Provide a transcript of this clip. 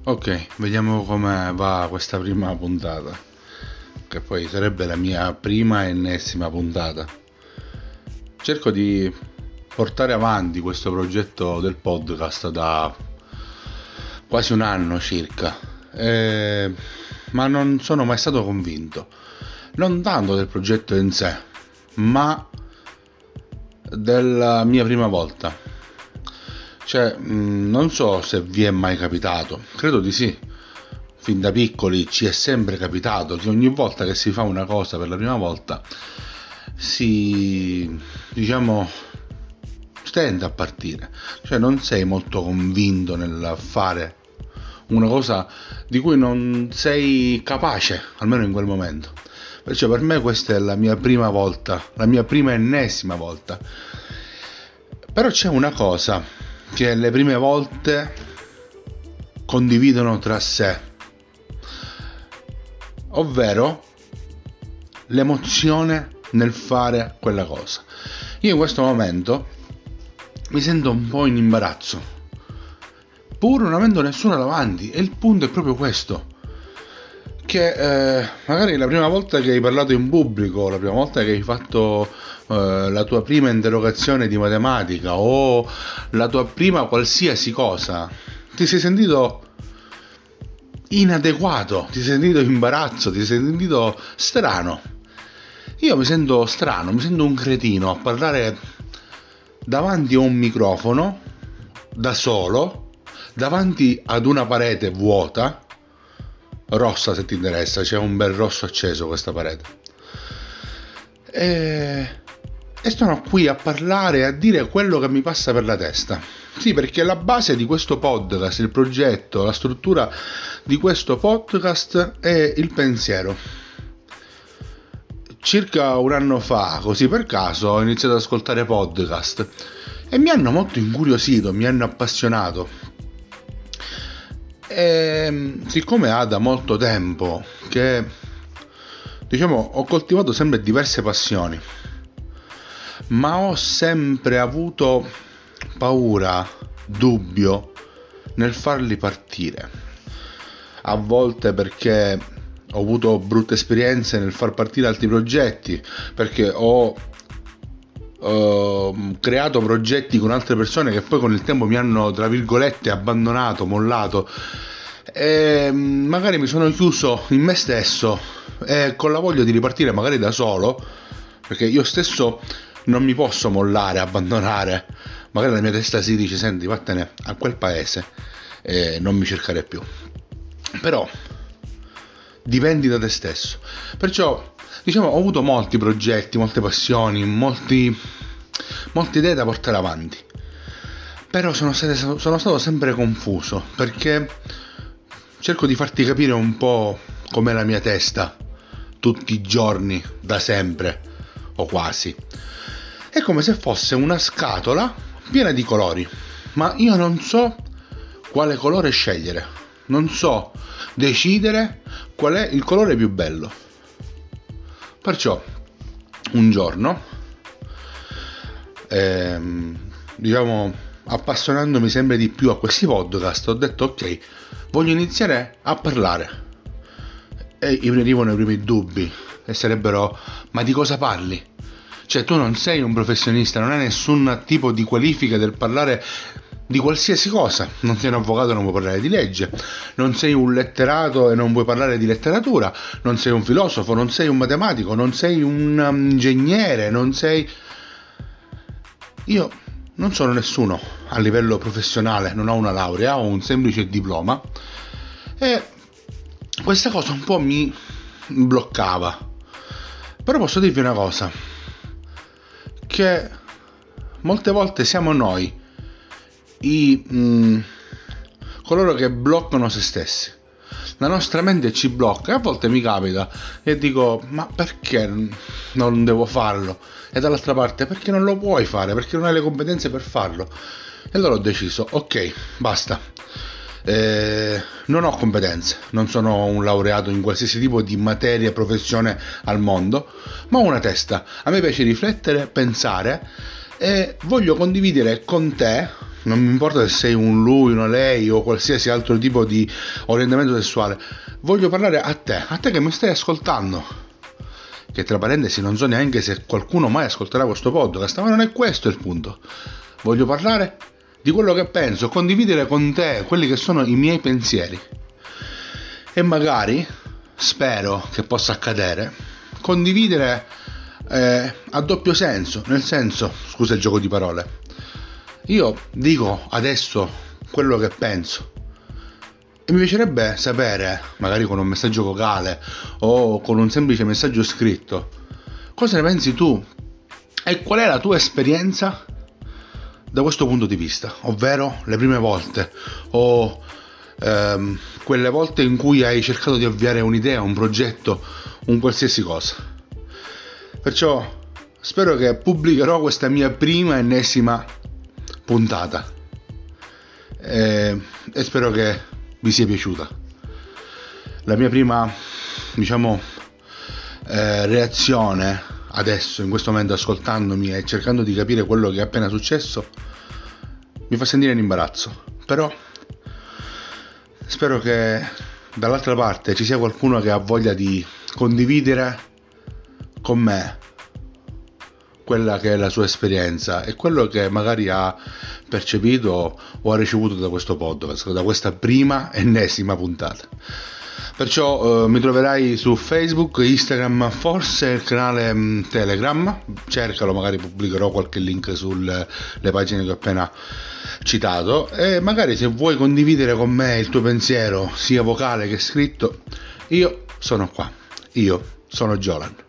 Ok, vediamo come va questa prima puntata, che poi sarebbe la mia prima e ennesima puntata. Cerco di portare avanti questo progetto del podcast da quasi un anno circa, ma non sono mai stato convinto, non tanto del progetto in sé, ma della mia prima volta. Non so se vi è mai capitato, credo di sì. Fin da piccoli ci è sempre capitato che ogni volta che si fa una cosa per la prima volta stenta a partire. Non sei molto convinto nel fare una cosa di cui non sei capace, almeno in quel momento. Perciò per me questa è la mia prima volta, la mia prima ennesima volta. Però c'è una cosa che le prime volte condividono tra sé, ovvero l'emozione nel fare quella cosa. Io in questo momento mi sento un po' in imbarazzo, pur non avendo nessuno davanti, e il punto è proprio questo, che magari la prima volta che hai parlato in pubblico, la prima volta che hai fatto la tua prima interrogazione di matematica o la tua prima qualsiasi cosa, ti sei sentito inadeguato, ti sei sentito imbarazzo, ti sei sentito strano. Io mi sento strano, mi sento un cretino a parlare davanti a un microfono, da solo, davanti ad una parete vuota, rossa se ti interessa, c'è un bel rosso acceso questa parete, e sono qui a parlare, a dire quello che mi passa per la testa. Sì, perché la base di questo podcast, il progetto, la struttura di questo podcast è il pensiero. Circa un anno fa, così per caso, ho iniziato ad ascoltare podcast e mi hanno molto incuriosito, mi hanno appassionato. E siccome ha da molto tempo che ho coltivato sempre diverse passioni, ma ho sempre avuto paura, dubbio nel farli partire. A volte perché ho avuto brutte esperienze nel far partire altri progetti, perché ho creato progetti con altre persone che poi con il tempo mi hanno, tra virgolette, abbandonato, mollato, e magari mi sono chiuso in me stesso e con la voglia di ripartire magari da solo, perché io stesso non mi posso mollare, abbandonare. Magari la mia testa si dice: senti, vattene a quel paese e non mi cercare più. Però dipendi da te stesso. Perciò ho avuto molti progetti, molte passioni, molte idee da portare avanti. Però sono stato sempre confuso, perché cerco di farti capire un po' com'è la mia testa tutti i giorni, da sempre, o quasi. È come se fosse una scatola piena di colori, ma io non so quale colore scegliere, non so decidere qual è il colore più bello. Perciò un giorno, appassionandomi sempre di più a questi podcast, ho detto: ok, voglio iniziare a parlare. E mi arrivano i primi dubbi, e sarebbero: ma di cosa parli? Tu non sei un professionista, non hai nessun tipo di qualifica del parlare di qualsiasi cosa. Non sei un avvocato, non puoi parlare di legge. Non sei un letterato e non puoi parlare di letteratura. Non sei un filosofo, non sei un matematico, non sei un ingegnere, non sei... Io non sono nessuno a livello professionale, non ho una laurea, ho un semplice diploma, e questa cosa un po' mi bloccava. Però posso dirvi una cosa, che molte volte siamo noi coloro che bloccano se stessi. La nostra mente ci blocca, e a volte mi capita e dico: ma perché non devo farlo? E dall'altra parte: perché non lo puoi fare? Perché non hai le competenze per farlo? E allora ho deciso: ok, basta, non ho competenze, non sono un laureato in qualsiasi tipo di materia, professione al mondo, ma ho una testa, a me piace riflettere, pensare, e voglio condividere con te non mi importa se sei un lui, una lei o qualsiasi altro tipo di orientamento sessuale, voglio parlare a te che mi stai ascoltando, che tra parentesi non so neanche se qualcuno mai ascolterà questo podcast, ma non è questo il punto. Voglio parlare di quello che penso, condividere con te quelli che sono i miei pensieri e magari, spero che possa accadere, condividere a doppio senso, nel senso, scusa il gioco di parole, io dico adesso quello che penso e mi piacerebbe sapere, magari con un messaggio vocale o con un semplice messaggio scritto, cosa ne pensi tu e qual è la tua esperienza da questo punto di vista, ovvero le prime volte o quelle volte in cui hai cercato di avviare un'idea, un progetto, un qualsiasi cosa. Perciò spero che pubblicherò questa mia prima ennesima puntata e spero che vi sia piaciuta. La mia prima, reazione adesso, in questo momento, ascoltandomi e cercando di capire quello che è appena successo, mi fa sentire in imbarazzo, però spero che dall'altra parte ci sia qualcuno che ha voglia di condividere con me quella che è la sua esperienza e quello che magari ha percepito o ha ricevuto da questo podcast, da questa prima ennesima puntata. Perciò mi troverai su Facebook, Instagram, forse il canale Telegram, cercalo, magari pubblicherò qualche link sulle pagine che ho appena citato e magari se vuoi condividere con me il tuo pensiero sia vocale che scritto, io sono qua, io sono Giolan.